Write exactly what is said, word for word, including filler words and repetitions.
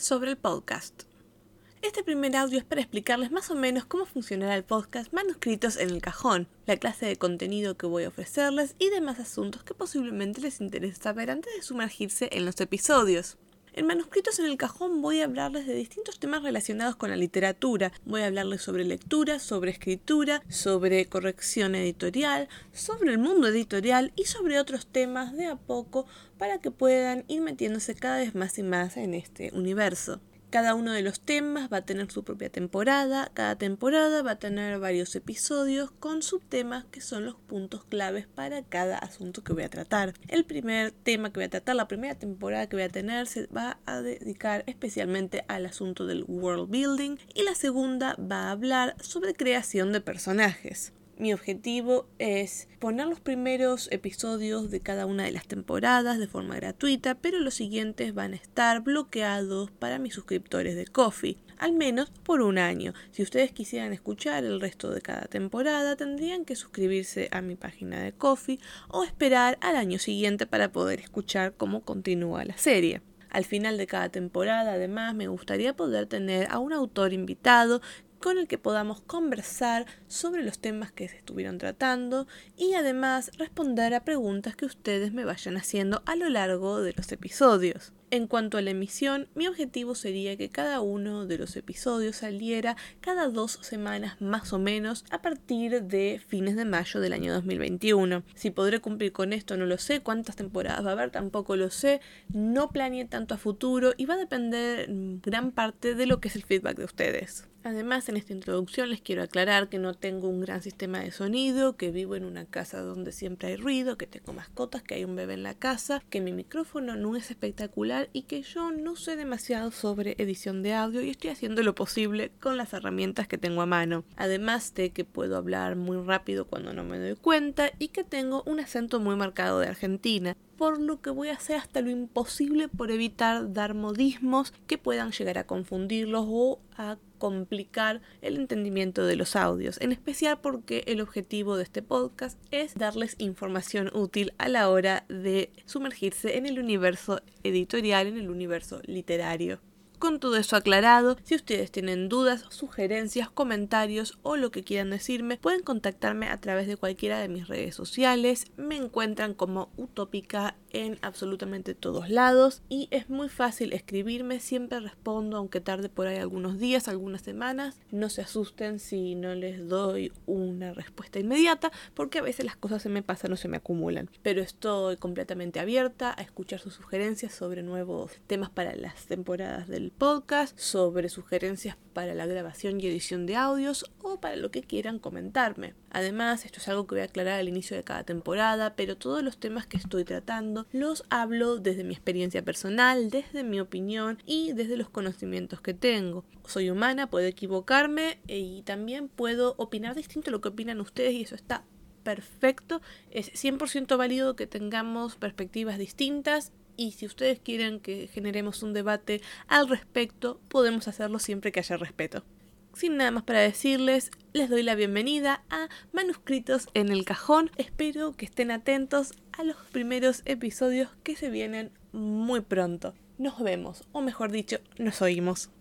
sobre el podcast. Este primer audio es para explicarles más o menos cómo funcionará el podcast Manuscritos en el Cajón, la clase de contenido que voy a ofrecerles y demás asuntos que posiblemente les interese saber antes de sumergirse en los episodios. En Manuscritos en el Cajón voy a hablarles de distintos temas relacionados con la literatura. Voy a hablarles sobre lectura, sobre escritura, sobre corrección editorial, sobre el mundo editorial y sobre otros temas de a poco para que puedan ir metiéndose cada vez más y más en este universo. Cada uno de los temas va a tener su propia temporada, cada temporada va a tener varios episodios con subtemas que son los puntos claves para cada asunto que voy a tratar. El primer tema que voy a tratar, la primera temporada que voy a tener, se va a dedicar especialmente al asunto del world building y la segunda va a hablar sobre creación de personajes. Mi objetivo es poner los primeros episodios de cada una de las temporadas de forma gratuita, pero los siguientes van a estar bloqueados para mis suscriptores de Ko-fi, al menos por un año. Si ustedes quisieran escuchar el resto de cada temporada, tendrían que suscribirse a mi página de Ko-fi o esperar al año siguiente para poder escuchar cómo continúa la serie. Al final de cada temporada, además, me gustaría poder tener a un autor invitado con el que podamos conversar sobre los temas que se estuvieron tratando y además responder a preguntas que ustedes me vayan haciendo a lo largo de los episodios. En cuanto a la emisión, mi objetivo sería que cada uno de los episodios saliera cada dos semanas más o menos a partir de fines de mayo del año dos mil veintiuno. Si podré cumplir con esto no lo sé, cuántas temporadas va a haber tampoco lo sé, no planeé tanto a futuro y va a depender gran parte de lo que es el feedback de ustedes. Además, en esta introducción les quiero aclarar que no tengo un gran sistema de sonido, que vivo en una casa donde siempre hay ruido, que tengo mascotas, que hay un bebé en la casa, que mi micrófono no es espectacular y que yo no sé demasiado sobre edición de audio y estoy haciendo lo posible con las herramientas que tengo a mano. Además de que puedo hablar muy rápido cuando no me doy cuenta y que tengo un acento muy marcado de Argentina, por lo que voy a hacer hasta lo imposible por evitar dar modismos que puedan llegar a confundirlos o a complicar el entendimiento de los audios, en especial porque el objetivo de este podcast es darles información útil a la hora de sumergirse en el universo editorial, en el universo literario. Con todo eso aclarado, si ustedes tienen dudas, sugerencias, comentarios o lo que quieran decirme, pueden contactarme a través de cualquiera de mis redes sociales. Me encuentran como Utópica en absolutamente todos lados y es muy fácil escribirme, siempre respondo, aunque tarde por ahí algunos días, algunas semanas. No se asusten si no les doy una respuesta inmediata, porque a veces las cosas se me pasan o se me acumulan. Pero estoy completamente abierta a escuchar sus sugerencias sobre nuevos temas para las temporadas del podcast, sobre sugerencias para la grabación y edición de audios o para lo que quieran comentarme. Además, esto es algo que voy a aclarar al inicio de cada temporada, pero todos los temas que estoy tratando los hablo desde mi experiencia personal, desde mi opinión y desde los conocimientos que tengo. Soy humana, puedo equivocarme y también puedo opinar distinto a lo que opinan ustedes y eso está perfecto. Es cien por ciento válido que tengamos perspectivas distintas. Y si ustedes quieren que generemos un debate al respecto, podemos hacerlo siempre que haya respeto. Sin nada más para decirles, les doy la bienvenida a Manuscritos en el Cajón. Espero que estén atentos a los primeros episodios que se vienen muy pronto. Nos vemos, o mejor dicho, nos oímos.